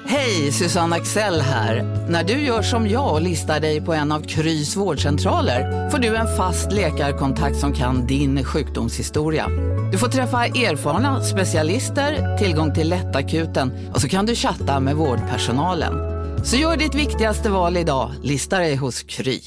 Hej, Susanne Axel här. När du gör som jag och listar dig på en av Krys vårdcentraler får du en fast läkarkontakt som kan din sjukdomshistoria. Du får träffa erfarna specialister, tillgång till lättakuten och så kan du chatta med vårdpersonalen. Så gör ditt viktigaste val idag, lista dig hos Kry.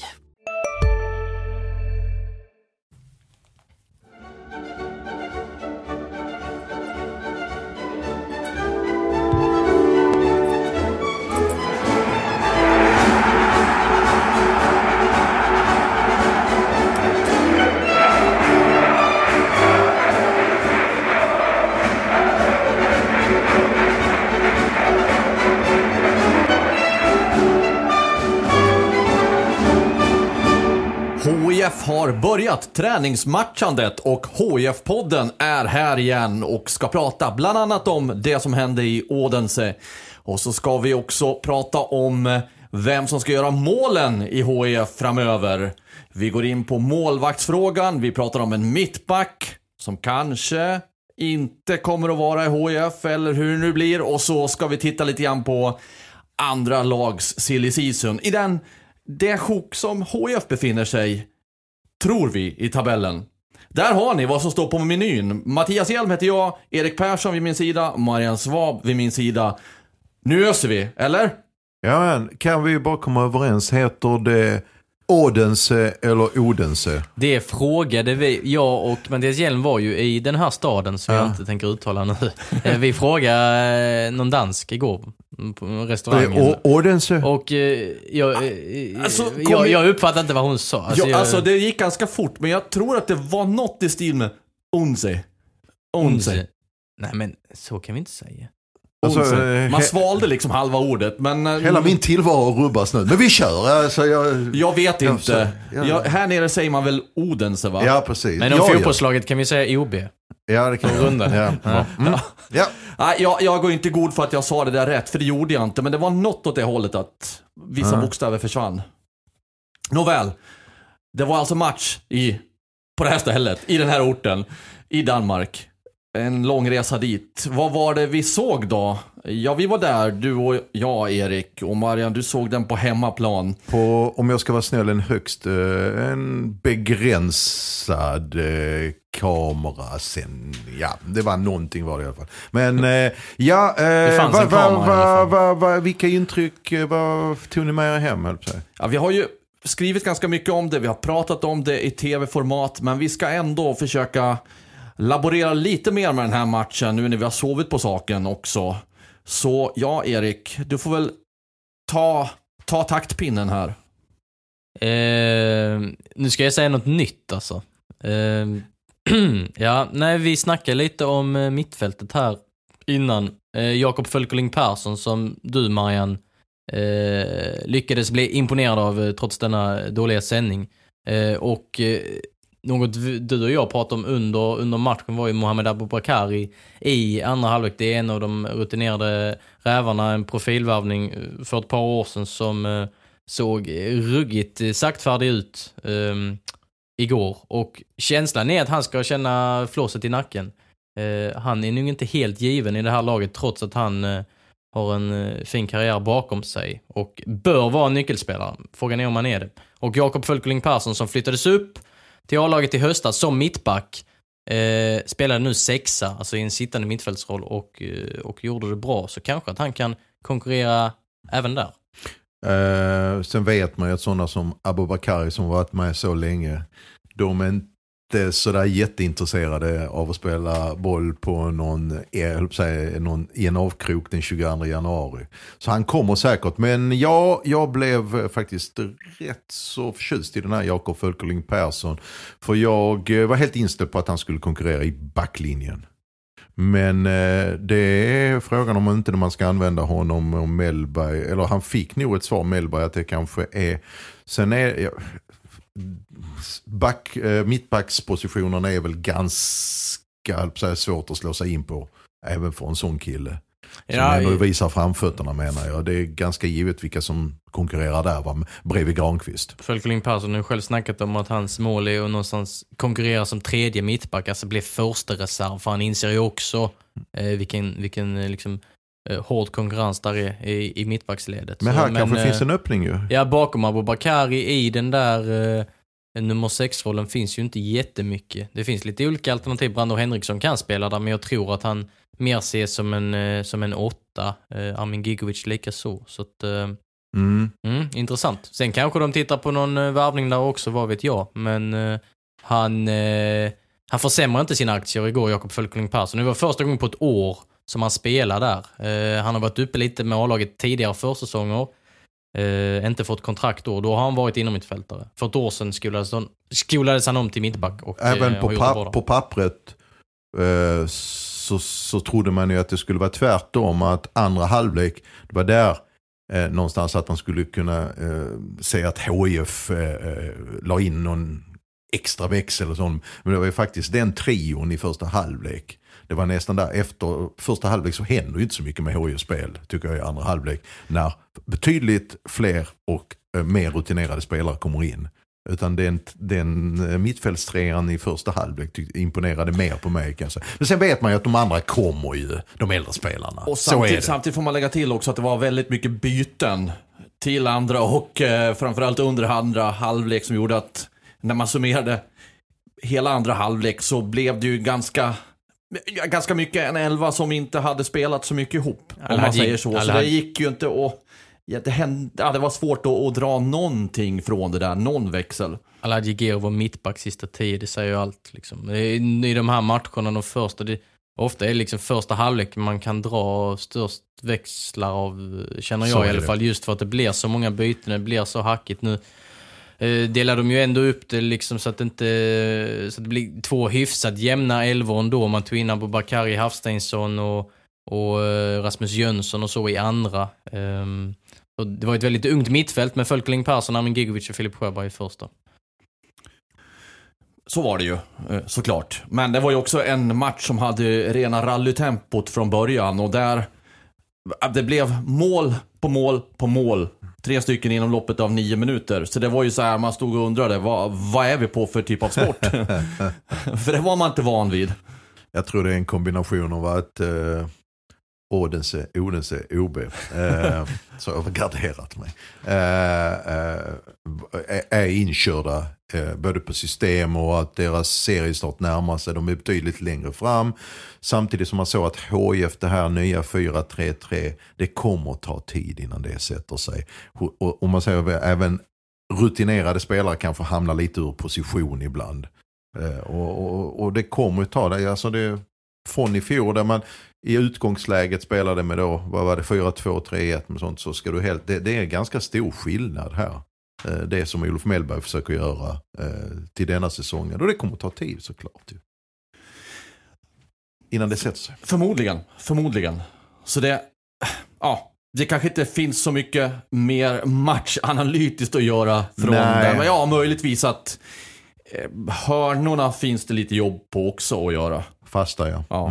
HIF har börjat träningsmatchandet och HIF-podden är här igen och ska prata bland annat om det som hände i Odense. Och så ska vi också prata om vem som ska göra målen i HIF framöver. Vi går in på målvaktsfrågan, vi pratar om en mittback som kanske inte kommer att vara i HIF eller hur det nu blir. Och så ska vi titta lite grann på andra lags silly season i det sjok som HIF befinner sig, tror vi, i tabellen. Där har ni vad som står på menyn. Mattias Hjelm heter jag, Erik Persson vid min sida, Marian Svab vid min sida. Nu öser vi, eller? Ja, kan vi bara komma överens, heter det Odense eller Odense? Det frågade vi, jag och Mattias Hjelm var ju i den här staden som jag inte tänker uttala nu. Vi frågade någon dansk igår på restaurangen. Odense? Och jag uppfattade inte vad hon sa. Alltså det gick ganska fort, men jag tror att det var något i stil med Onse. Nej, men så kan vi inte säga. Alltså, man svalde liksom halva ordet, men hela min tillvaro rubbas nu. Men vi kör. Alltså, jag vet inte. Här nere säger man väl Odense, va? Ja, precis. Men om fotbollslaget kan vi säga OB. Ja, det kan vi runda. Jag går inte god för att jag sa det där rätt, för det gjorde jag inte. Men det var något åt det hållet att vissa bokstäver försvann. Nåväl, det var alltså match på det här stället, i den här orten, i Danmark. En lång resa dit. Vad var det vi såg då? Ja, vi var där, du och jag, Erik. Och Marian, du såg den på hemmaplan. På, om jag ska vara snäll, en begränsad kamera sen. Ja, det var någonting var det i alla fall. Men det fanns en kamera. Vilka intryck tog ni med er hem? Ja, vi har ju skrivit ganska mycket om det. Vi har pratat om det i tv-format. Men vi ska ändå försöka laborera lite mer med den här matchen nu när vi har sovit på saken också. Så ja, Erik, du får väl ta taktpinnen här. Nu ska jag säga något nytt alltså. Vi snackade lite om mittfältet här innan. Jakob Fölkeling Persson, som du, Marian, lyckades bli imponerad av trots denna dåliga sändning. Och något du och jag pratade om under matchen var ju Mohamed Aboubakar i andra halvlek. Det är en av de rutinerade rävarna, en profilvärvning för ett par år sedan som såg ruggigt saktfärdig ut igår. Och känslan är att han ska känna flåset i nacken. Han är nog inte helt given i det här laget, trots att han har en fin karriär bakom sig och bör vara en nyckelspelare. Frågan är om han är det. Och Jakob Fölkeling Persson, som flyttades upp till A-laget i höstas som mittback, spelade nu sexa, alltså i en sittande mittfältsroll, och gjorde det bra. Så kanske att han kan konkurrera även där. Sen vet man ju att sådana som Aboubakar, som varit med så länge, de är inte sådär jätteintresserade av att spela boll på i en avkrok den 22 januari. Så han kommer säkert. Men jag blev faktiskt rätt så förtjust i den här Jakob Fölkeling Persson. För jag var helt inställd på att han skulle konkurrera i backlinjen. Men det är frågan om inte man ska använda honom och Mellberg. Eller han fick nog ett svar, Mellberg, att det kanske är... Sen är... mittbackspositionerna är väl ganska svårt att slå sig in på, även för en sån kille som ändå visar framfötterna, menar jag. Det är ganska givet vilka som konkurrerar där, bredvid Granqvist. Fölkeling Persson har själv snackat om att hans mål är att någonstans konkurrera som tredje mittback, alltså bli första reserv, för han inser ju också vilken liksom hård konkurrens där i mittbacksledet. Men här kanske finns en öppning ju. Ja, bakom Abubakari i den där nummer 6-rollen finns ju inte jättemycket. Det finns lite olika alternativ. Brando Henriksson kan spela där, men jag tror att han mer ses som en 8. Armin Gigovic lika så att intressant. Sen kanske de tittar på någon värvning där också, vad vet jag. Men han försämrar inte sina aktier igår, Jakob Fölkeling Persson. Det var första gången på ett år som han spelar där. Han har varit uppe lite med A-laget tidigare försäsonger. Inte fått kontrakt då har han varit inom mittfältare. För ett år sedan skolades han om till mittback. Och, även på pappret så trodde man ju att det skulle vara tvärtom, att andra halvlek, det var där någonstans att man skulle kunna säga att HIF la in någon extra växel och sånt. Men det var ju faktiskt den trion i första halvlek. Det var nästan där efter första halvlek så händer ju inte så mycket med HIF-spel, tycker jag, i andra halvlek. När betydligt fler och mer rutinerade spelare kommer in. Utan den mittfältstrean i första halvlek imponerade mer på mig kanske. Men sen vet man ju att de andra kommer ju, de äldre spelarna. Och samtidigt får man lägga till också att det var väldigt mycket byten till andra och framförallt under andra halvlek som gjorde att när man summerade hela andra halvlek så blev det ju ganska mycket en 11 som inte hade spelat så mycket ihop, om man säger så. Så det gick ju inte att... det var svårt att dra någonting från det där, någon växel. Aladji Gero var mittback sista 10, det säger ju allt liksom. I de här matcherna, de första, ofta är det liksom första halvlek man kan dra störst växlar av, känner jag i alla fall, just för att det blir så många byten, det blir så hackigt nu. Delar de ju ändå upp det liksom så att det blir 2 hyfsat jämna 11 ändå. Man tog in Abubakari Hafsteinsson och Rasmus Jönsson och så i andra. Och det var ett väldigt ungt mittfält med Fölkeling Persson, Armin Gigovic och Filip Sjöberg i första. Så var det ju, såklart. Men det var ju också en match som hade rena rallytempot från början. Och där det blev mål på mål på mål. 3 stycken inom loppet av 9 minuter. Så det var ju så här, man stod och undrade, vad är vi på för typ av sport? För det var man inte van vid. Jag tror det är en kombination av att Odense, OB så övergarderat mig är inkörda både på system och att deras seriestart närmar sig. De är betydligt längre fram. Samtidigt som man såg att HIF, det här nya 4-3-3, det kommer att ta tid innan det sätter sig. Och man säger även rutinerade spelare kan få hamna lite ur position ibland. Och det kommer att ta det. Alltså det från i fjol där man i utgångsläget spelade med då, vad var det, 4-2-3-1 med sånt, så ska du det är ganska stor skillnad här. Det som Olof Mellberg försöker göra till denna säsongen. Och det kommer att ta tid såklart. Innan det sätter sig. Förmodligen. Så det kanske inte finns så mycket mer matchanalytiskt att göra från där. Men möjligtvis att hörnorna finns det lite jobb på också att göra. Fasta, ja.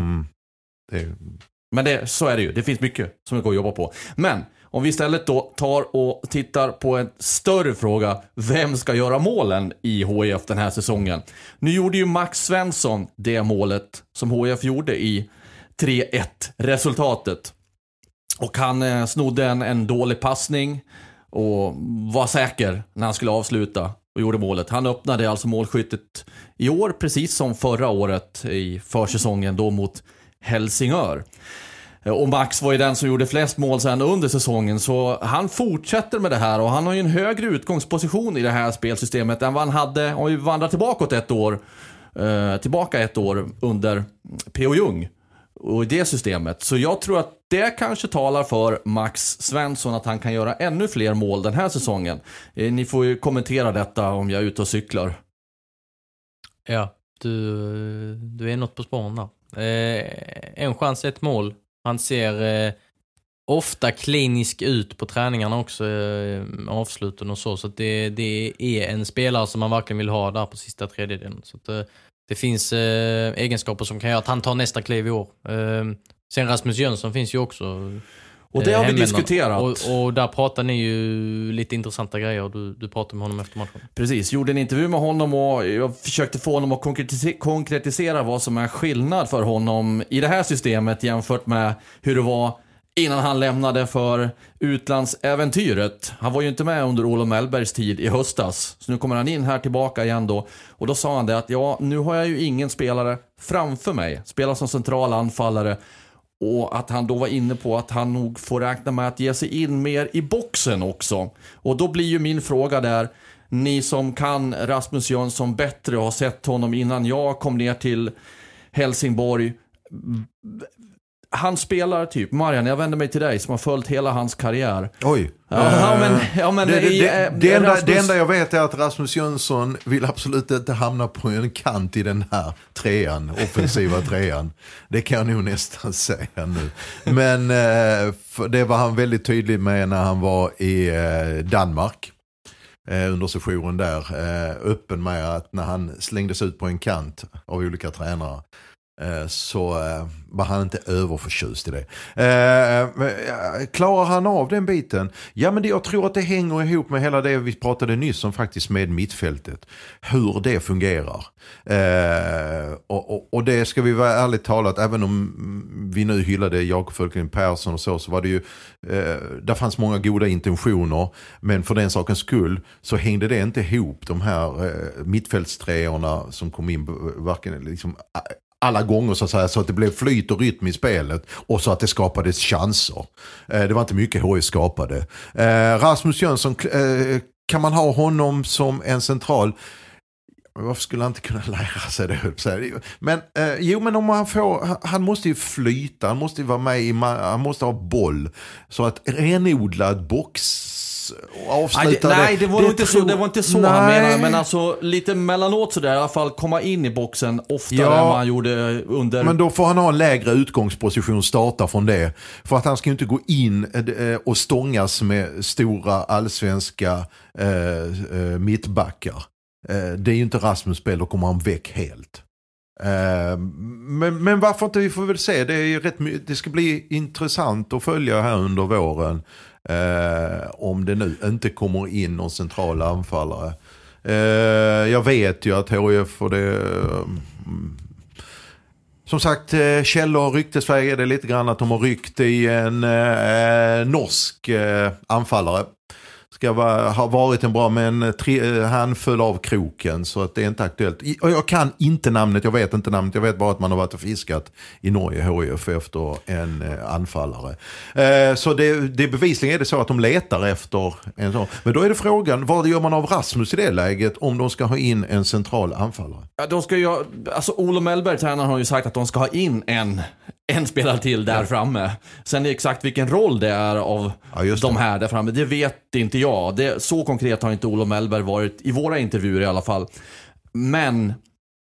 Men så är det ju. Det finns mycket som det går att jobba på. Men om vi istället då tar och tittar på en större fråga. Vem ska göra målen i HIF den här säsongen? Nu gjorde ju Max Svensson det målet som HIF gjorde i 3-1-resultatet. Och han snodde en dålig passning och var säker när han skulle avsluta och gjorde målet. Han öppnade alltså målskyttet i år, precis som förra året i försäsongen då mot Helsingör. Och Max var ju den som gjorde flest mål sen under säsongen, så han fortsätter med det här och han har ju en högre utgångsposition i det här spelsystemet än vad han hade om vi vandrar tillbaka ett år under P.O. Jung och i det systemet. Så jag tror att det kanske talar för Max Svensson att han kan göra ännu fler mål den här säsongen. Ni får ju kommentera detta om jag är ute och cyklar. Ja, du är något på spåren där. En chans, ett mål. Han ser ofta klinisk ut på träningarna också, avsluten och så. Så att det är en spelare som man verkligen vill ha där på sista tredjedelen. Så att det finns egenskaper som kan göra att han tar nästa kliv i år. Sen Rasmus Jönsson finns ju också. Och det har vi diskuterat. Och där pratar ni ju lite intressanta grejer. Du pratade med honom efter matchen. Precis, gjorde en intervju med honom och jag försökte få honom att konkretisera vad som är skillnad för honom i det här systemet jämfört med hur det var innan han lämnade för utlandsäventyret. Han var ju inte med under Olof Mellbergs tid i höstas. Så nu kommer han in här tillbaka igen då. Och då sa han det att nu har jag ju ingen spelare framför mig. Spelar som central anfallare. Och att han då var inne på att han nog får räkna med att ge sig in mer i boxen också. Och då blir ju min fråga där, ni som kan Rasmus Jönsson bättre och har sett honom innan jag kom ner till Helsingborg. Han spelar typ, Marian, jag vänder mig till dig som har följt hela hans karriär. Oj. Det enda jag vet är att Rasmus Jönsson vill absolut inte hamna på en kant i den här offensiva trean. Det kan jag nog nästan säga nu. Men det var han väldigt tydlig med när han var i Danmark. Under sessionen där. Öppen med att när han slängdes ut på en kant av olika tränare så var han inte överförtjust i det. Klarar han av den biten? Ja, men jag tror att det hänger ihop med hela det vi pratade nyss om faktiskt med mittfältet. Hur det fungerar. Och det ska vi vara ärligt talat, även om vi nu hyllade Jakob Fölkling Persson och så var det ju, där fanns många goda intentioner, men för den sakens skull så hängde det inte ihop de här mittfältstreorna som kom in varken liksom alla gånger så att säga, så att det blev flyt och rytm i spelet och så att det skapades chanser. Det var inte mycket HIF skapade. Rasmus Jönsson, kan man ha honom som en central? Varför skulle han inte kunna lära sig det? Men men om han måste ju flyta, han måste ju vara med han måste ha boll. Så att renodlad box avslutade. Nej, det var inte så han menade, men alltså lite mellanåt så där i alla fall komma in i boxen oftare än vad han gjorde under. Men då får han ha en lägre utgångsposition, starta från det. För att han ska inte gå in och stångas med stora allsvenska mittbackar. Det är ju inte Rasmus spel, då kommer han väck helt. Men varför inte, vi får väl se. Det ska bli intressant att följa här under våren. Om det nu inte kommer in någon central anfallare. Jag vet ju att HIF och det som sagt, källor och ryktesväg är det lite grann att de har ryckt i en norsk anfallare. Ha varit en bra, men han föll av kroken så att det är inte aktuellt. Jag kan inte namnet, jag vet inte namnet, jag vet bara att man har varit och fiskat i Norge HIF efter en anfallare. Så det bevisligen är det så att de letar efter en sån. Men då är det frågan, vad gör man av Rasmus i det läget om de ska ha in en central anfallare? Ja, de ska ju, alltså Olof Mellberg, tränaren, har ju sagt att de ska ha in en spelare till där framme. Sen exakt vilken roll det är av de här där framme, det vet inte jag. Så konkret har inte Olof Mellberg varit i våra intervjuer i alla fall. Men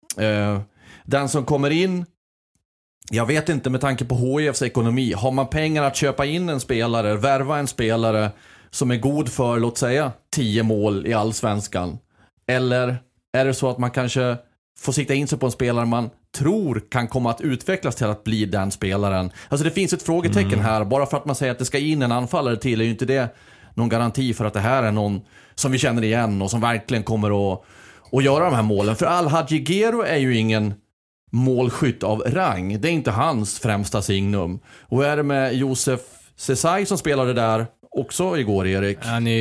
den som kommer in, jag vet inte, med tanke på HIFs ekonomi, har man pengar att köpa in en spelare, värva en spelare som är god för, låt säga, 10 mål i allsvenskan? Eller är det så att man kanske får sikta in sig på en spelare man tror kan komma att utvecklas till att bli den spelaren? Alltså det finns ett frågetecken här. Bara för att man säger att det ska in en anfallare till är ju inte det någon garanti för att det här är någon som vi känner igen och som verkligen kommer att göra de här målen. För Al-Hadji Gero är ju ingen målskytt av rang. Det är inte hans främsta signum. Och är det med Josef Sesai som spelade där också igår, Erik?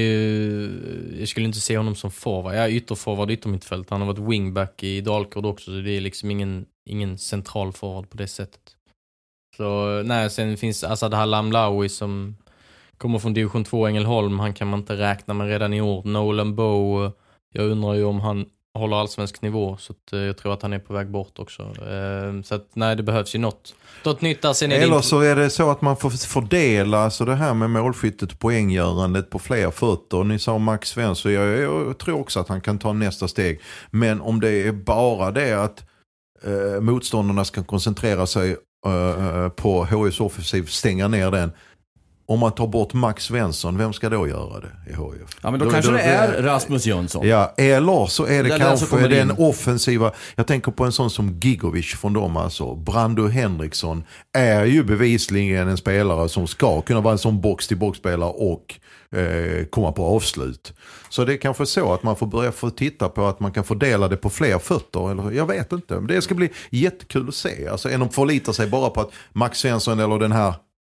Jag skulle inte se honom som forward. Jag är ytterforward, yttermittfält. Han har varit wingback i Dalkurd också, så det är liksom ingen central forward på det sättet. Så nej, sen finns Asad Halamlaoui som kommer från division 2 Ängelholm. Han kan man inte räkna med redan i år. Nolan Bow, jag undrar ju om han håller allsvensk nivå, så att jag tror att han är på väg bort också. Så att nej, det behövs ju något nytt där. Sen eller så är det så att man får fördela alltså det här med målskyttet och poänggörandet på fler fötter. Ni sa Max Svensson, jag tror också att han kan ta nästa steg. Men om det är bara det att motståndarna ska koncentrera sig på HIFs offensiv, stänga ner den. Om man tar bort Max Svensson, vem ska då göra det i HIF? Ja, men då kanske det är Rasmus Jönsson. Ja, eller så är det kanske den offensiva. Jag tänker på en sån som Gigovic från dem, alltså. Brando Henriksson är ju bevisligen en spelare som ska kunna vara en sån box-till-box-spelare och komma på avslut. Så det är kanske så att man får börja få titta på att man kan fördela det på fler fötter. Eller, jag vet inte. Det ska bli jättekul att se. Alltså, än att förlita sig bara på att Max Svensson eller den här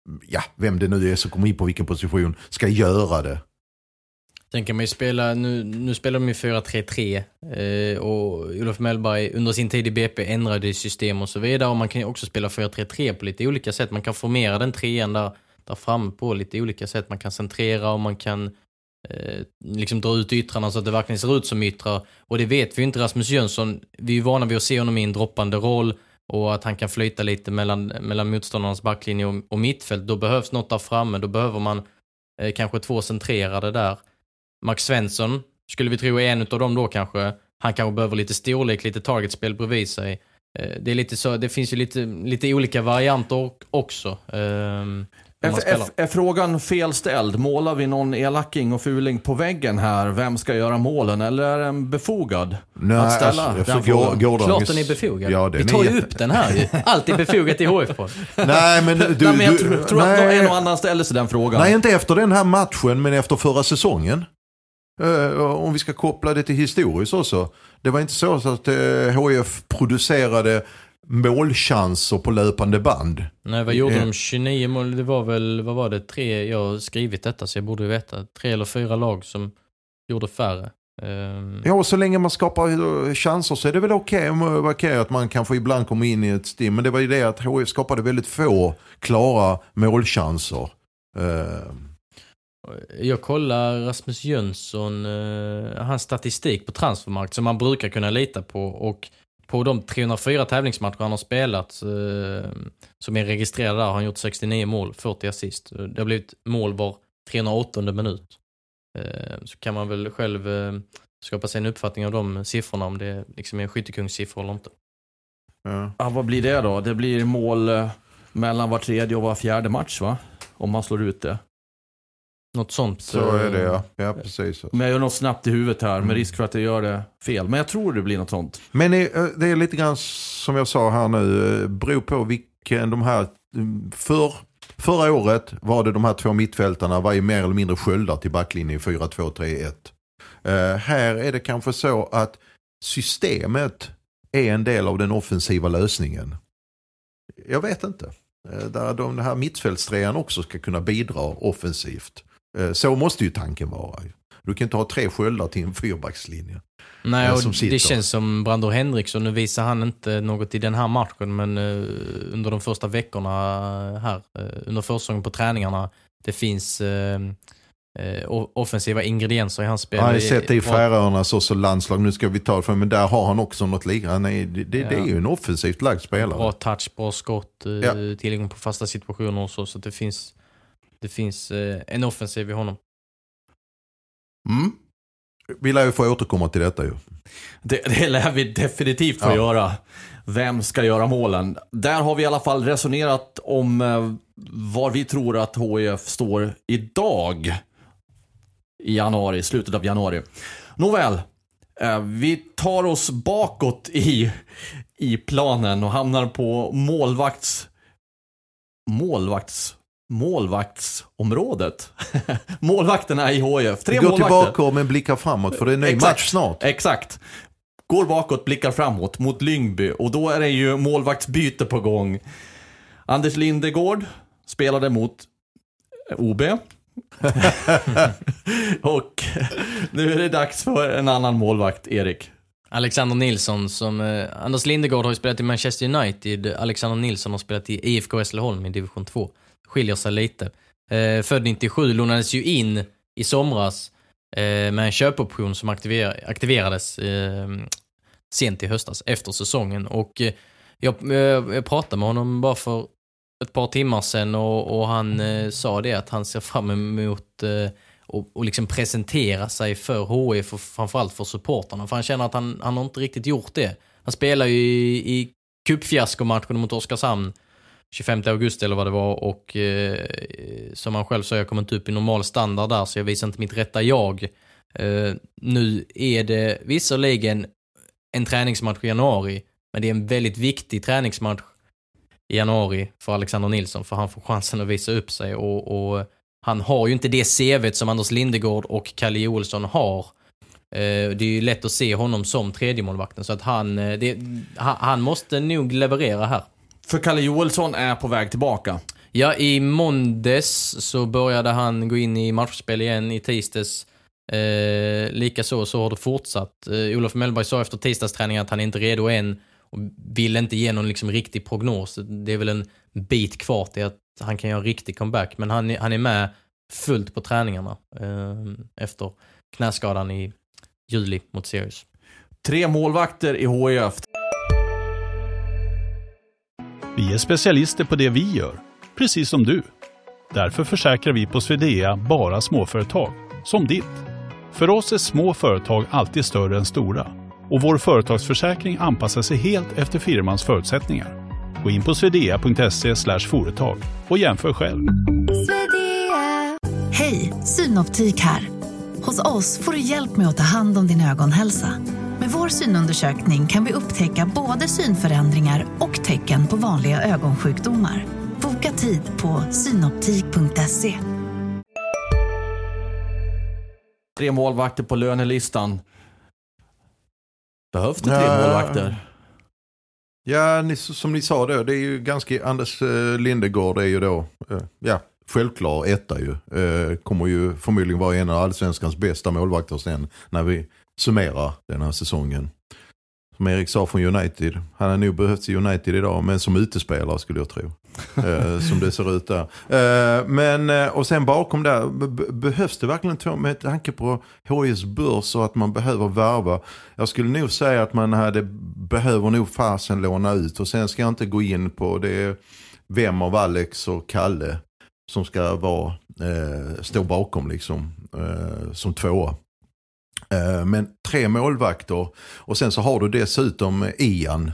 vem det nu är som kommer in på vilken position ska göra det. Sen kan man ju spela, nu spelar de ju 4-3-3 och Olof Mellberg under sin tid i BP ändrade system och så vidare, och man kan ju också spela 4-3-3 på lite olika sätt. Man kan formera den trean där fram på lite olika sätt. Man kan centrera och man kan liksom dra ut yttrarna så att det verkligen ser ut som yttrar, och det vet vi inte. Rasmus Jönsson, vi är vana vid att se honom i en droppande roll och att han kan flyta lite mellan motståndarnas backlinje och mittfält. Då behövs något där framme, då behöver man kanske 2 centrerade där. Max Svensson skulle vi tro är en av dem då kanske. Han kanske behöver lite storlek, lite targetspel bredvid sig. Det är lite så, det finns ju lite olika varianter också. Är frågan felställd? Målar vi någon elacking och fuling på väggen här? Vem ska göra målen? Eller är den befogad att ställa den frågan? Klart den är befogad. Ja, vi tar ju upp den här ju. Allt är befogat i HF-podd. Nej, men jag tror att en och annan ställer sig den frågan. Nej, inte efter den här matchen, men efter förra säsongen. Om vi ska koppla det till historiskt också. Det var inte så att HF producerade målchanser på löpande band. Nej, vad gjorde de? 29 mål, det var väl, vad var det? 3, jag har skrivit detta så jag borde veta. 3 eller 4 lag som gjorde färre. Ja, och så länge man skapar chanser så är det väl okej att man kan få ibland komma in i ett stim. Men det var ju det att HF skapade väldigt få klara målchanser. Jag kollar Rasmus Jönsson, hans statistik på Transfermarkt som man brukar kunna lita på, och på de 304 tävlingsmatcher han har spelat som är registrerade där har han gjort 69 mål, 40 assist. Det har blivit mål var 308 minut. Så kan man väl själv skapa sig en uppfattning av de siffrorna, om det liksom är skyttekungssiffror eller inte. Ja, vad blir det då? Det blir mål mellan var tredje och var fjärde match, va? Om man slår ut det. Något sånt. Så är det, ja. Ja, precis. Men jag gör något snabbt i huvudet här med risk för att jag gör det fel. Men jag tror det blir något sånt. Men det är lite grann som jag sa här nu. Beror på vilken de här... Förra året var det de här 2 mittfältarna var ju mer eller mindre sköldar till backlinjen i 4-2-3-1. Här är det kanske så att systemet är en del av den offensiva lösningen. Jag vet inte. Där den här mittfältstrean också ska kunna bidra offensivt. Så måste ju tanken vara. Du kan inte ha 3 sköldar till en 4-backslinje. Nej, och det känns som Brandor Henriksson. Nu visar han inte något i den här matchen, men under de första veckorna här, under försäsongen på träningarna, det finns offensiva ingredienser i hans spel. Han har sett det i Färöarnas också landslag. Nu ska vi ta det för, men där har han också något liknande. Det är ju en offensivt lagd spelare. Bra touch, bra skott, tillgång på fasta situationer och så det finns en offensiv i honom. Vi lär ju få återkomma till detta ju. Det lär vi definitivt få göra. Vem ska göra målen? Där har vi i alla fall resonerat om var vi tror att HIF står idag i januari, slutet av januari. Nåväl, vi tar oss bakåt i planen och hamnar på målvaktsområdet. Målvakterna i HIF. 3 går målvakter. Tillbaka men blickar framåt, för det är en ny match snart. Exakt. Går bakåt, blickar framåt mot Lyngby. Och då är det ju målvaktsbyte på gång. Anders Lindegård spelade mot OB. Och nu är det dags för en annan målvakt, Erik. Alexander Nilsson, Anders Lindegård har ju spelat i Manchester United. Alexander Nilsson har spelat i IFK Hässleholm i division 2. Skiljer sig lite. Född 97, lånades ju in i somras med en köpoption som aktiverades sent i höstas efter säsongen. Och jag pratade med honom bara för ett par timmar sedan och han sa det att han ser fram emot och liksom presentera sig för HIF och framförallt för supporterna. För han känner att han har inte riktigt gjort det. Han spelar ju i cupfiaskomatchen mot Oskarshamn 25 augusti eller vad det var, och som han själv sa, jag kommer inte upp i normal standard där, så jag visar inte mitt rätta jag. Nu är det visserligen en träningsmatch i januari, men det är en väldigt viktig träningsmatch i januari för Alexander Nilsson, för han får chansen att visa upp sig, och han har ju inte det CV:t som Anders Lindegård och Kalle Joelsson har. Det är ju lätt att se honom som tredje målvakten, så att han måste nog leverera här. För Kalle Joelsson är på väg tillbaka. Ja, i måndags så började han gå in i matchspel igen i tisdags. Likaså så har det fortsatt. Olof Mellberg sa efter tisdagsträningen att han är inte redo än och vill inte ge någon liksom riktig prognos. Det är väl en bit kvar till att han kan göra en riktig comeback, men han är med fullt på träningarna efter knäskadan i juli mot Sirius. 3 målvakter i HIF. Vi är specialister på det vi gör, precis som du. Därför försäkrar vi på Swedea bara småföretag, som ditt. För oss är små företag alltid större än stora. Och vår företagsförsäkring anpassar sig helt efter firmans förutsättningar. Gå in på swedea.se/företag och jämför själv. Hej, Synoptik här. Hos oss får du hjälp med att ta hand om din ögonhälsa. Med vår synundersökning kan vi upptäcka både synförändringar och tecken på vanliga ögonsjukdomar. Boka tid på synoptik.se. 3 målvakter på lönelistan. Behövs det 3 målvakter? Ja, som ni sa då, det är ju ganska... Anders Lindegård är ju då, självklar etta ju. Kommer ju förmodligen vara en av allsvenskans bästa målvakter sen när vi summerar den här säsongen. Som Erik sa från United. Han har nog behövts i United idag, men som utespelare skulle jag tro. Som det ser ut där. Och sen bakom där, behövs det verkligen 2 med tanke på HIs börs och att man behöver värva. Jag skulle nog säga att man behöver nog fasen låna ut. Och sen ska jag inte gå in på det, vem av Alex och Kalle som ska stå bakom liksom, som 2. Men 3 målvakter och sen så har du dessutom Ian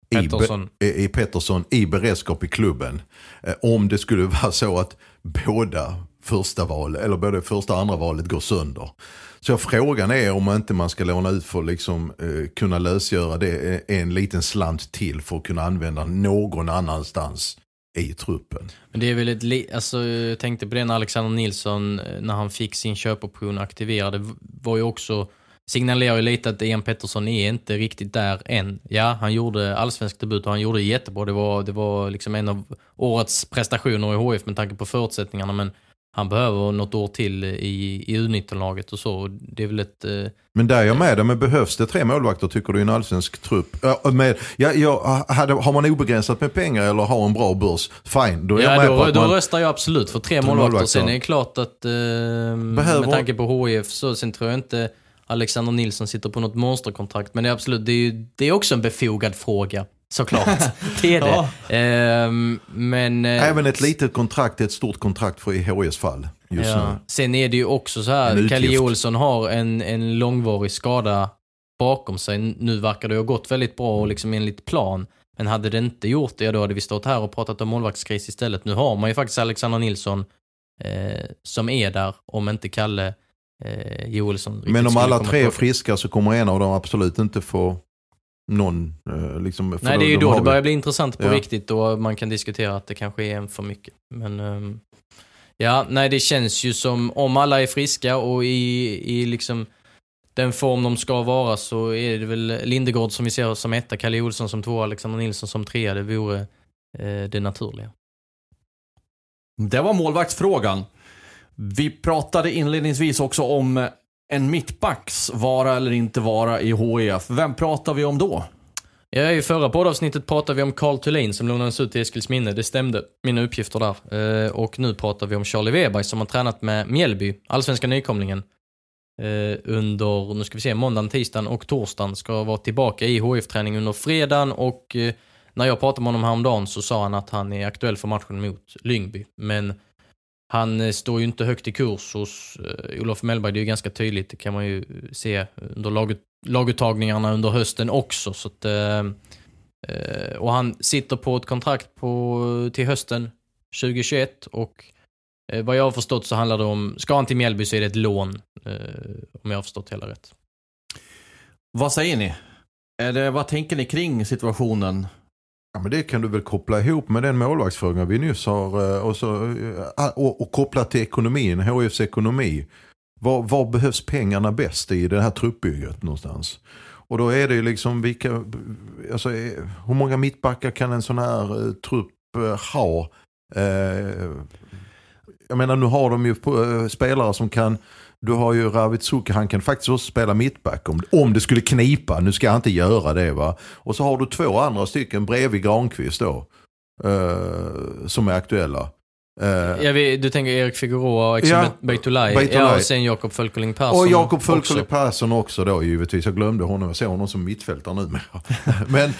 Pettersson i beredskap i klubben. Om det skulle vara så att både första och andra valet går sönder. Så frågan är om inte man ska låna ut för liksom kunna lösgöra det en liten slant till för att kunna använda någon annanstans i truppen. Men det är väl jag tänkte på det när Alexander Nilsson när han fick sin köpoption aktiverad, var ju också signalerar ju lite att Ian Pettersson är inte riktigt där än. Ja, han gjorde allsvensk debut och han gjorde jättebra. Det var liksom en av årets prestationer i HIF med tanke på förutsättningarna, men han behöver något år till i U19-laget och så. Det är väl ett... Men där är jag med. Men behövs det 3 målvakter tycker du i en allsvensk trupp? Har man obegränsat med pengar eller har en bra börs? Fine. Då röstar jag absolut för 3 målvakter. Sen är det klart att med tanke på HIF så sen tror jag inte Alexander Nilsson sitter på något monsterkontrakt. Men det är absolut, det är också en befogad fråga. Såklart, det är det. Ja. Men även ett litet kontrakt är ett stort kontrakt för i HIs fall just nu. Sen är det ju också så här, Kalle Olsson har en långvarig skada bakom sig. Nu verkar det ha gått väldigt bra och liksom enligt plan. Men hade det inte gjort det, då hade vi stått här och pratat om målvaktskris istället. Nu har man ju faktiskt Alexander Nilsson som är där, om inte Kalle Olsson. Men om alla 3 är friska så kommer en av dem absolut inte få någon liksom... Nej, det är ju då det börjar bli intressant på riktigt och man kan diskutera att det kanske är en för mycket. Men det känns ju som om alla är friska och i liksom den form de ska vara, så är det väl Lindegård som vi ser som 1, Kalle Olsson som 2, Alexander Nilsson som 3. Det vore det naturliga. Det var målvaktsfrågan. Vi pratade inledningsvis också om en mittbacks vara eller inte vara i HIF. Vem pratar vi om då? Ja, i förra poddavsnittet pratade vi om Carl Thulin som lånades ut till Eskilsminne. Det stämde, mina uppgifter där. Och nu pratar vi om Charlie Weberg som har tränat med Mjällby, allsvenska nykomlingen. Under, nu ska vi se, måndagen, tisdagen och torsdagen ska vara tillbaka i HIF-träning under fredagen. Och när jag pratade med honom häromdagen så sa han att han är aktuell för matchen mot Lyngby. Men han står ju inte högt i kurs hos Olof Mellberg, det är ju ganska tydligt. Det kan man ju se under laguttagningarna under hösten också. Så att, och han sitter på ett kontrakt till hösten 2021 och vad jag har förstått så handlar det om, ska han till Mjällby så är det ett lån, om jag har förstått hela rätt. Vad säger ni? Vad tänker ni kring situationen? Ja, men det kan du väl koppla ihop med den målvaktsfrågan vi nyss har och koppla till ekonomin, HIFs ekonomi. Var behövs pengarna bäst i det här truppbygget någonstans? Och då är det ju liksom hur många mittbackar kan en sån här trupp ha Jag menar, nu har de ju spelare som kan... Du har ju Ravitsuka, han kan faktiskt också spela mittback om det skulle knipa. Nu ska han inte göra det, va. Och så har du 2 andra stycken bredvid Granqvist då. Som är aktuella. Du tänker Erik Figueroa och Beytulay. Ja, och sen Jakob Fölkeling Persson. Och Jakob Fölkeling Persson också då, givetvis. Jag glömde honom, jag ser honom som mittfältare numera. Men,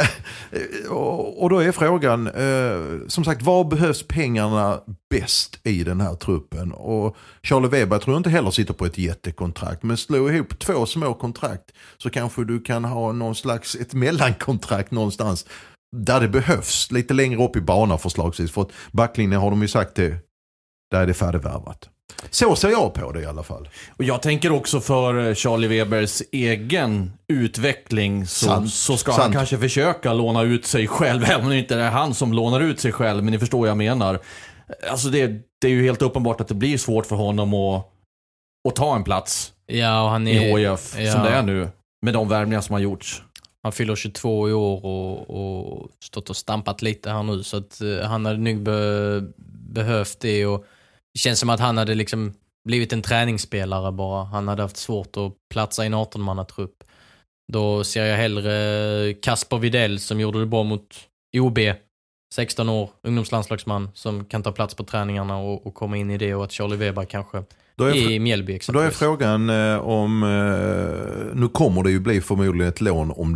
och då är frågan, som sagt, vad behövs pengarna bäst i den här truppen? Och Charlie Weber tror jag inte heller sitter på ett jättekontrakt, men slå ihop 2 små kontrakt så kanske du kan ha någon slags ett mellankontrakt någonstans där det behövs, lite längre upp i banan förslagsvis, för att backlinjen har de ju sagt det, där är det färdigvärvat. Så ser jag på det i alla fall. Och jag tänker också för Charlie Webers egen utveckling så ska han kanske försöka låna ut sig själv, även om det inte är han som lånar ut sig själv, men ni förstår vad jag menar. Alltså det är ju helt uppenbart att det blir svårt för honom att ta en plats och han är, i HIF som det är nu, med de värvningar som har gjorts. Han fyller 22 i år och stått och stampat lite här nu, så att han hade nog behövt det, och det känns som att han hade liksom blivit en träningsspelare bara. Han hade haft svårt att platsa i en 18-mannatrupp. Då ser jag hellre Kasper Widell som gjorde det bra mot OB, 16 år, ungdomslandslagsman som kan ta plats på träningarna och komma in i det, och att Charlie Weber kanske i Mjällby exempelvis. Då är frågan om nu kommer det ju bli förmodligen ett lån om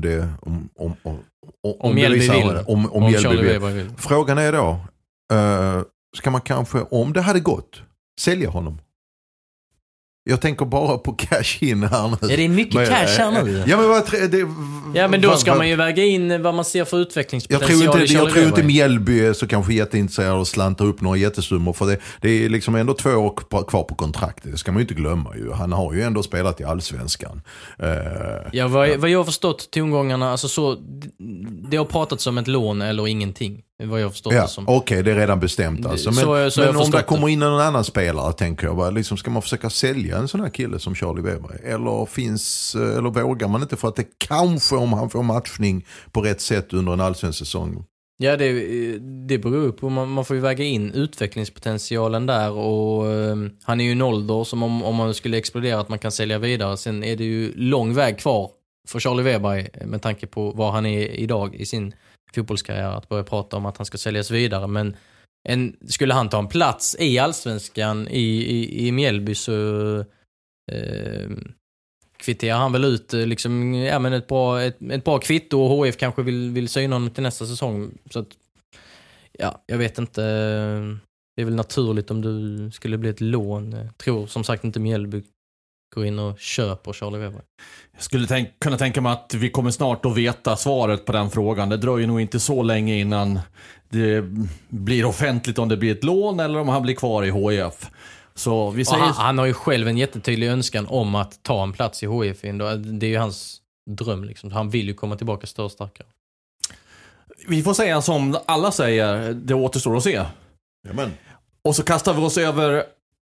Mjällby vill. Om Mjällby vill. Frågan är då, ska man kanske, om det hade gått, sälja honom? Jag tänker bara på cash in här nu. Ja, det är mycket cash här nu. Ja, men då ska man ju väga in vad man ser för utvecklingspotential. Jag tror inte Mjällby är så kanske jätteintresserad och slantar upp några jättesummor, för det är liksom ändå 2 år kvar på kontraktet. Det ska man ju inte glömma ju. Han har ju ändå spelat i Allsvenskan. Vad jag har förstått tongångarna, alltså så, det har pratats om ett lån eller ingenting. Vad jag har förstått det som. Okej, det är redan bestämt alltså. Men om det kommer in någon annan spelare, tänker jag bara, liksom, ska man försöka sälja en sån här kille som Charlie Weber? Eller vågar man inte, för att det kanske, om han får matchning på rätt sätt under en allsvensk säsong? Ja, det beror på. Man får ju väga in utvecklingspotentialen där, och han är ju en ålder som om man skulle explodera att man kan sälja vidare. Sen är det ju lång väg kvar för Charlie Weber med tanke på var han är idag i sin fotbollskarriär, att börja prata om att han ska säljas vidare. Men skulle han ta en plats i Allsvenskan i Mjällby, så kvitterar han väl ut liksom, men ett bra kvitto, och HF kanske vill syna honom till nästa säsong. Så att, jag vet inte. Det är väl naturligt om du skulle bli ett lån. Jag tror som sagt inte Mjällby går in och köper Charlie Weber. Jag skulle kunna tänka mig att vi kommer snart att veta svaret på den frågan. Det dröjer nog inte så länge innan det blir offentligt om det blir ett lån eller om han blir kvar i HIF. Så vi säger... Han har ju själv en jättetydlig önskan om att ta en plats i HIF. Det är ju hans dröm liksom. Han vill ju komma tillbaka större och starkare. Vi får säga som alla säger, det återstår att se. Jamen. Och så kastar vi oss över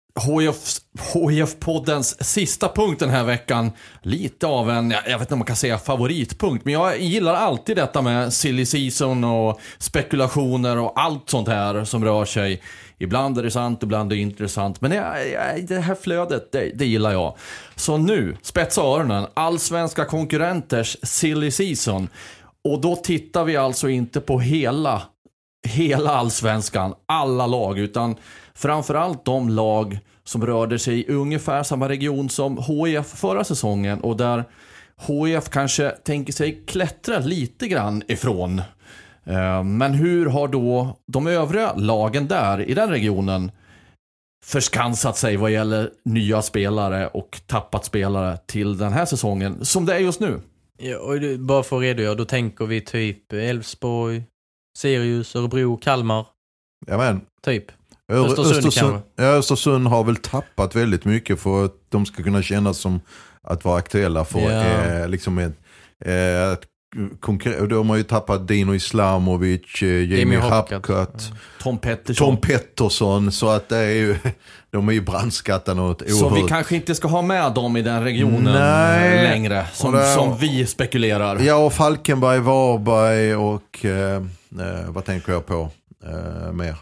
HIF-poddens sista punkt den här veckan. Lite av en, jag vet inte om man kan säga favoritpunkt, men jag gillar alltid detta med silly season och spekulationer och allt sånt här som rör sig. Ibland är det sant, ibland är det intressant, men det här flödet, det gillar jag. Så nu, spetsa öronen, allsvenska konkurrenters silly season. Och då tittar vi alltså inte på hela allsvenskan, alla lag, utan framförallt de lag som rörde sig i ungefär samma region som HIF förra säsongen, och där HIF kanske tänker sig klättra lite grann ifrån. Men hur har då de övriga lagen där i den regionen förskansat sig vad gäller nya spelare och tappat spelare till den här säsongen som det är just nu? Ja, och bara för att redogöra, då tänker vi typ Elfsborg, Sirius, Örebro, Kalmar. Jamen. Typ. Östersund har väl tappat väldigt mycket för att de ska kunna kännas som att vara aktuella för liksom de har ju tappat Dino Islamovic, Jamie Hapkat, Tom Pettersson, så att det är ju, de är ju brandskattade något oerhört. Så vi kanske inte ska ha med dem i den regionen längre som vi spekulerar. Ja, och Falkenberg, Varberg och vad tänker jag på mer?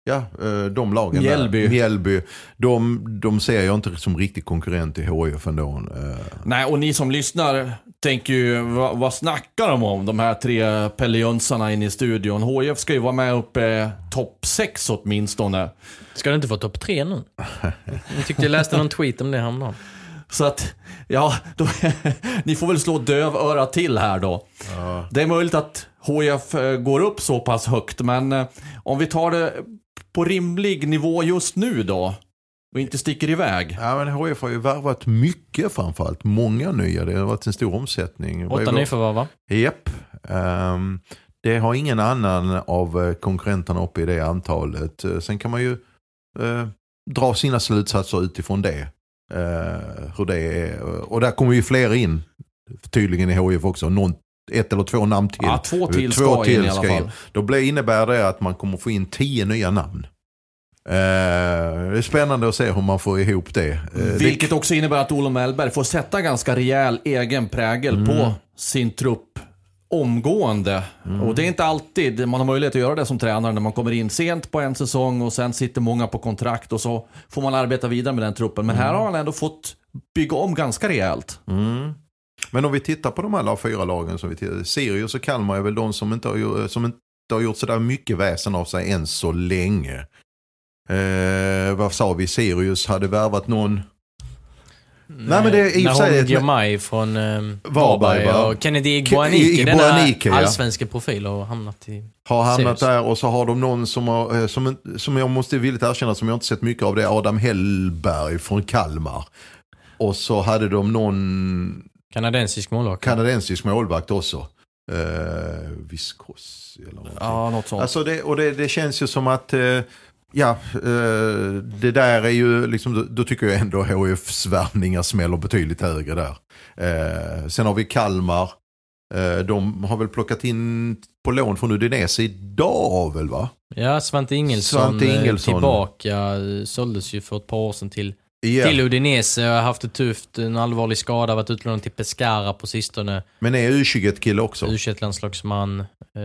de lagen. Mjällby. De ser jag inte som riktig konkurrent i HIF ändå. Nej, och ni som lyssnar tänker ju, vad snackar de här 3 Pelle Jönsarna inne i studion? HIF ska ju vara med uppe topp 6 åtminstone. Ska det inte vara topp 3 nu? Jag läste någon tweet om det häromdagen. Så att, då, ni får väl slå dövöra till här då. Ja. Det är möjligt att HIF går upp så pass högt, men om vi tar det på rimlig nivå just nu då och inte sticker iväg. Ja, men HIF har ju värvat mycket, framförallt många nya. Det har varit en stor omsättning. 8 nyförvärv, va? Japp. Det har ingen annan av konkurrenterna uppe i det antalet. Sen kan man ju dra sina slutsatser utifrån det. Hur det är. Och där kommer ju fler in tydligen i HIF också. 1 eller 2 namn till. Ja, 2 till ska in i alla fall. Då innebär det att man kommer få in 10 nya namn. Det är spännande att se hur man får ihop det. Vilket också innebär att Olof Mellberg får sätta ganska rejäl egen prägel på sin trupp omgående. Och det är inte alltid man har möjlighet att göra det som tränare när man kommer in sent på en säsong och sen sitter många på kontrakt och så får man arbeta vidare med den truppen. Men här har han ändå fått bygga om ganska rejält. Men om vi tittar på de här 4 lagen som vi tittar, Sirius och Kalmar är väl de som inte har gjort så där mycket väsen av sig än så länge. Vad sa vi? Sirius hade värvat någon. Nej, men det är i och för sig Girmay från Varberg och Kennedy Iguanike, den där allsvenska profil och hamnat Sirius. Där, och så har de någon som jag måste villigt erkänna som jag inte sett mycket av, det är Adam Hellberg från Kalmar. Och så hade de någon kanadensisk målvakt också. Viskos eller något. Ja, något sånt. Alltså det känns ju som att det där är ju liksom, då tycker jag ändå HIFs värvningar smäller betydligt högre där. Sen har vi Kalmar. De har väl plockat in på lån från Udinese idag väl, va? Ja, Svante Ingelsson tillbaka såldes ju för ett par år sedan till Udinese. Jag har haft det tufft, en allvarlig skada, varit utlånad till Pescara på sistone. Men är U21-kille också. U21-landslagsman.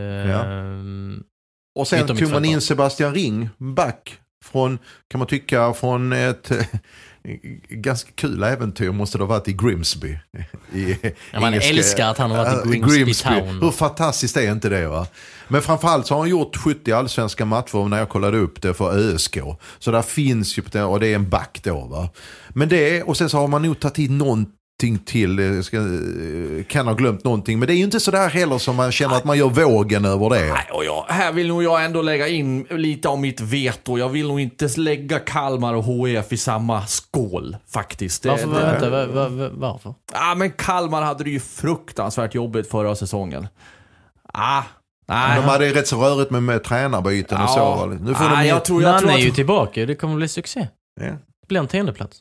Och sen tog man in Sebastian Ring, back från, kan man tycka, från ett ganska kul äventyr måste det ha varit i Grimsby. Man älskar att han har varit i Grimsby Town. Hur fantastiskt är inte det, va? Men framförallt så har han gjort 70 allsvenska matcher när jag kollade upp det för ÖSK. Så där finns ju, och det är en back då, va? Men det, och sen så har man nog tagit in någonting till, kan ha glömt någonting, men det är ju inte så där heller som man känner att man gör vågen över det. Nej, och här vill nog jag ändå lägga in lite av mitt veto. Jag vill nog inte lägga Kalmar och HIF i samma skål faktiskt. Varför? Men Kalmar hade det ju fruktansvärt jobbigt förra säsongen. Nej. De hade rätt så rörigt med tränarbyten och så. Nu får jag tror han är ju tillbaka, det kommer bli succé. Ja. Det blir en 10:e plats.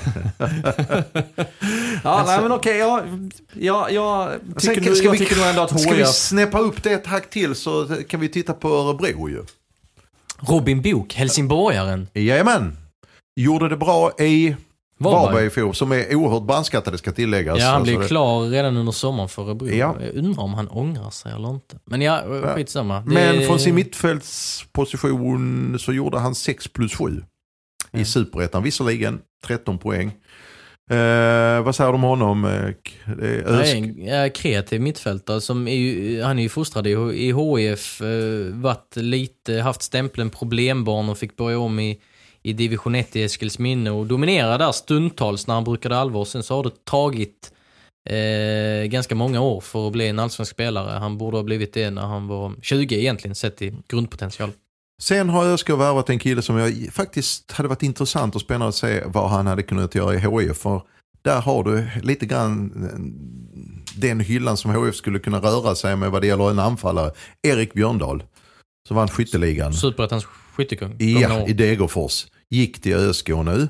Nej, men okej, jag tycker nog ändå att HIF... Ska vi snäppa upp det ett hack till så kan vi titta på Örebro ju. Robin Book, helsingborgaren. Jajamän. Gjorde det bra i Varberg i fjol, som är oerhört brandskattade, ska tilläggas. Ja, han blev klar redan under sommaren för Örebro. Ja. Jag undrar om han ångrar sig eller inte. Men skitsamma. Men från sin mittfältsposition så gjorde han 6+7 i Superettan. Visserligen 13 poäng. Vad säger de om honom? Kreativ mittfältare som han är ju fostrad i HIF, haft stämpeln problembarn och fick börja om i division 1 i Eskilsminne och dominerade där stundtals när han brukade allvar. Sen så har det tagit ganska många år för att bli en allsvensk spelare. Han borde ha blivit det när han var 20 egentligen, sett i grundpotential. Sen har ÖSK värvat en kille som jag faktiskt hade varit intressant och spännande att se vad han hade kunnat göra i HIF. För där har du lite grann den hyllan som HIF skulle kunna röra sig med vad det gäller en anfallare. Erik Björndal, som vann skytteligan. Superettans skyttekung. Ja, i Degerfors. Gick till ÖSK nu.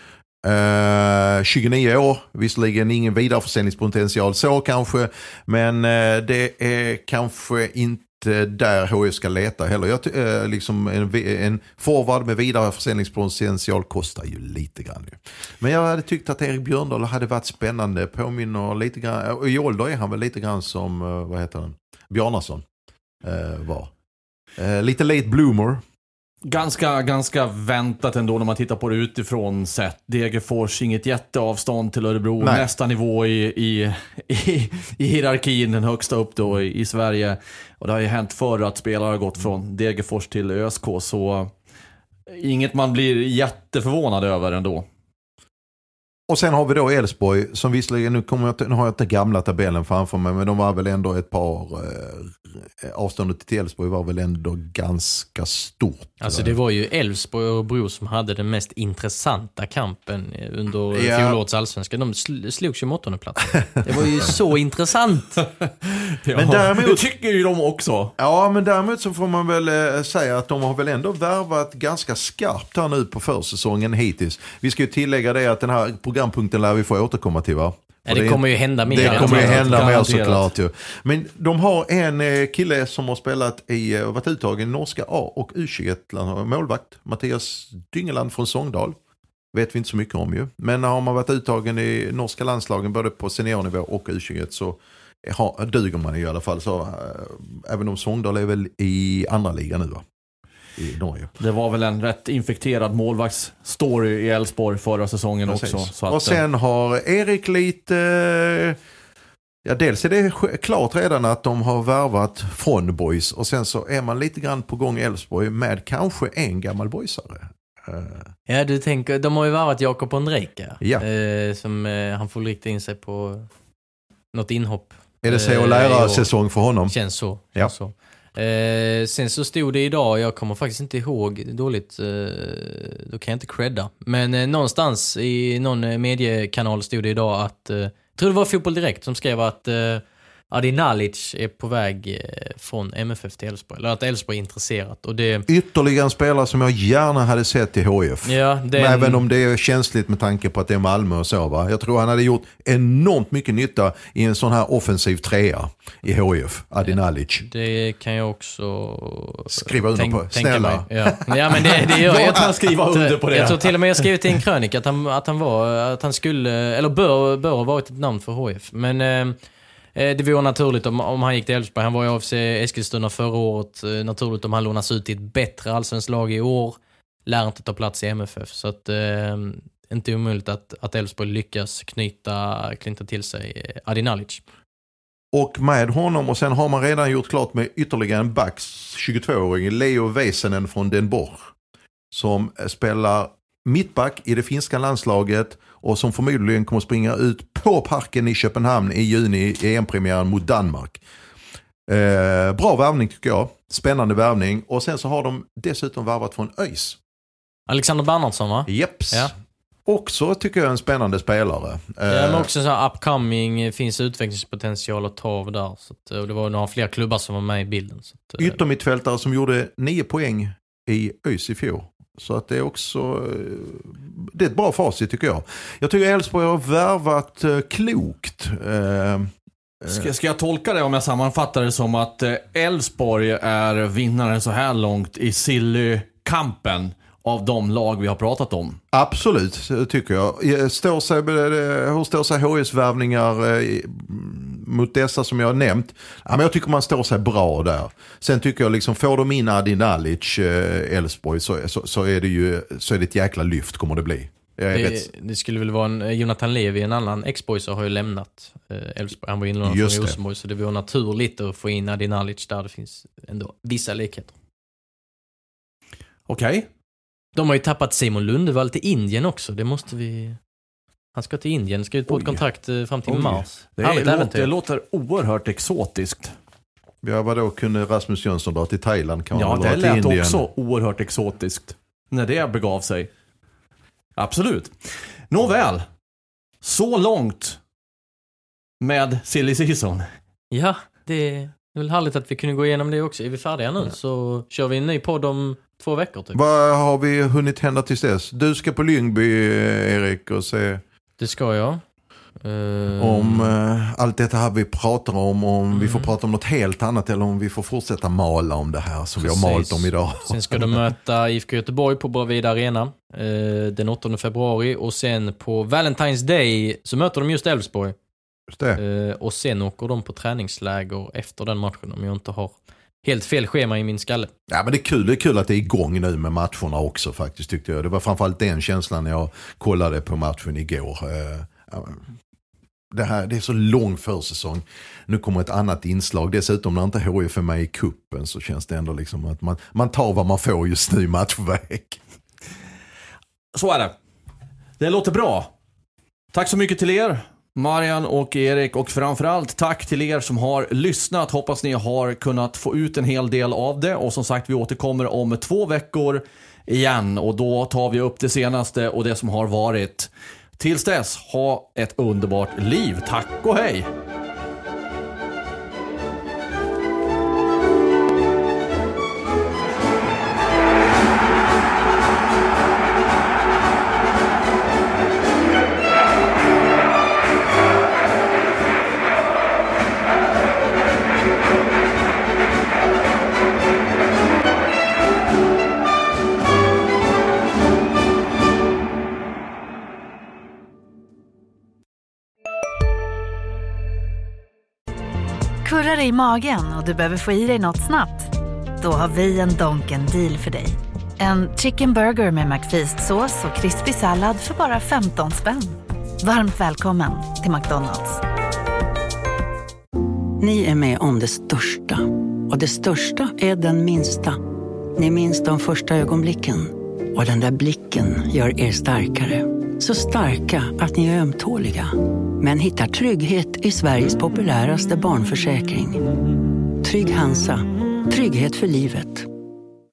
29 år, visserligen ingen vidareförsäljningspotential så kanske, men det är kanske inte där HIF ska leta heller. Liksom en forward med vidareförsäljningspotential kostar ju lite grann. Men jag hade tyckt att Erik Björndal hade varit spännande, påminner lite grann, och i ålder är han väl lite grann som, vad heter han? Bjarnason var. Lite late bloomer. Ganska väntat ändå när man tittar på det utifrån sett. Degerfors, inget jätteavstånd till Örebro. Nej. Nästa nivå i hierarkin, den högsta upp då i Sverige. Och det har ju hänt förr att spelare har gått från Degerfors till ÖSK. Så inget man blir jätteförvånad över ändå. Och sen har vi då Elfsborg som visserligen, nu har jag inte gamla tabellen framför mig, men de var väl ändå ett par, avståndet till Elfsborg var väl ändå ganska stort. Alltså det var ju Elfsborg och Örebro som hade den mest intressanta kampen under fjolårets allsvenska. De slogs ju mot 8:e plats. Det var ju så intressant. Men däremot, det tycker ju de också. Ja, men däremot så får man väl säga att de har väl ändå värvat ganska skarpt här nu på försäsongen hittills. Vi ska ju tillägga det att den här programpunkten lär vi få återkomma till, va? Ja, det kommer ju hända mer. Det kommer ju hända mer garanterat. såklart ju. Men de har en kille som har spelat varit uttagen i norska A- och U21, målvakt, Mattias Dyngeland från Sångdal. Vet vi inte så mycket om ju. Men har man varit uttagen i norska landslagen både på seniornivå och U21 så duger man i alla fall. Så, även om Sångdal är väl i andra ligan nu, va? I Norge. Det var väl en rätt infekterad målvaktsstory i Elfsborg förra säsongen. Precis. Också. Så att, och sen har Erik lite... Ja, dels är det klart redan att de har värvat från boys. Och sen så är man lite grann på gång i Elfsborg med kanske en gammal boysare. Ja, du tänker, de har ju värvat Jakob Ondrejka. Ja. Som han får rikta in sig på något inhopp. Är det så att lära säsong för honom? Känns så. Ja. Så. Sen så stod det idag, jag kommer faktiskt inte ihåg dåligt, då kan jag inte credda. Men någonstans i någon mediekanal stod det idag att, jag tror det var Fotboll Direkt som skrev att Adi Nalic är på väg från MFF till Elfsborg. Eller att Elfsborg är intresserat. Och det... Ytterligare en spelare som jag gärna hade sett i HF. Ja, Men även om det är känsligt med tanke på att det är Malmö och så, va? Jag tror han hade gjort enormt mycket nytta i en sån här offensiv trea i HF, Adi Nalic. Det kan jag också skriva under på. Snälla. Ja, men det gör jag. kan skriva under på det. Jag tror till och med jag skrev till en krönika att han skulle, eller bör ha varit ett namn för HF. Men det var naturligt om han gick till Elfsborg. Han var ju AFC Eskilstuna förra året. Naturligt om han lånas ut till ett bättre allsvensk i år. Lär inte ta plats i MFF. Så att inte omöjligt att Elfsborg lyckas knyta till sig Adi Nalic. Och med honom, och sen har man redan gjort klart med ytterligare en backs, 22-åring Leo Väisänen från Den Bosch, som spelar mittback i det finska landslaget och som förmodligen kommer springa ut på Parken i Köpenhamn i juni i EM-premiären mot Danmark. Bra värvning tycker jag. Spännande värvning. Och sen så har de dessutom värvat från ÖIS. Alexander Bernhardsson, va? Jeps. Ja. Också tycker jag en spännande spelare. Men också så här upcoming, finns utvecklingspotential att ta av där. Så att, och det var några fler klubbar som var med i bilden. Så att, yttermittfältare som gjorde 9 poäng i ÖIS i fjol. Så att det är också, det är ett bra facit tycker jag. Jag tycker Elfsborg har värvat klokt. Ska jag tolka det om jag sammanfattar det som att Elfsborg är vinnaren så här långt i Silly-kampen av de lag vi har pratat om? Absolut, tycker jag. Hur står sig HS-värvningar mot dessa som jag har nämnt? Ja, men jag tycker man står sig bra där. Sen tycker jag liksom, får de in Adi Nalic, Elfsborg, så är det ett jäkla lyft kommer det bli. Det skulle väl vara en Jonathan Levi, en annan ex-boy, så har ju lämnat Elfsborg. Han var inlånad från Rosenborg, så det var naturligt att få in Adi Nalic där det finns ändå vissa likheter. Okej. De har ju tappat Simon Lundevall till Indien också. Det måste vi... Han ska till Indien, ska ut på ett kontrakt fram till mars. Det låter oerhört exotiskt. Ja, vadå, kunde Rasmus Jönsson dra till Thailand? Det lät också oerhört exotiskt när det begav sig. Absolut. Nåväl. Så långt med Silly Season. Ja, det är väl härligt att vi kunde gå igenom det också. Är vi färdiga nu så kör vi en ny podd om 2 veckor typ. Vad har vi hunnit hända tills dess? Du ska på Lyngby, Erik, och se... Det ska jag. Om allt detta här vi pratar om vi får prata om något helt annat eller om vi får fortsätta mala om det här som vi har malt om idag. Sen ska de möta IFK Göteborg på Bravida Arena den 8 februari och sen på Valentine's Day så möter de just Elfsborg. Just det. Och sen åker de på träningsläger efter den matchen om jag inte har helt fel schema i min skalle. Ja, men det är kul att det är igång nu med matcherna också faktiskt, tyckte jag. Det var framförallt den känslan när jag kollade på matchen igår. Det är så lång försäsong. Nu kommer ett annat inslag. Dessutom när inte HIF är med i kuppen så känns det ändå liksom att man tar vad man får just nu i matchväg. Så är det. Det låter bra. Tack så mycket till er, Marian och Erik, och framförallt tack till er som har lyssnat. Hoppas ni har kunnat få ut en hel del av det, och som sagt, vi återkommer om 2 veckor igen och då tar vi upp det senaste och det som har varit. Tills dess, ha ett underbart liv. Tack och hej! Kurrar i magen och du behöver få i dig något snabbt? Då har vi en Donken deal för dig. En chicken burger med McFeast-sås och krispig sallad för bara 15 spänn. Varmt välkommen till McDonald's. Ni är med om det största. Och det största är den minsta. Ni minns de första ögonblicken. Och den där blicken gör er starkare. Så starka att ni är ömtåliga. Men hittar trygghet i Sveriges populäraste barnförsäkring. Trygg Hansa. Trygghet för livet.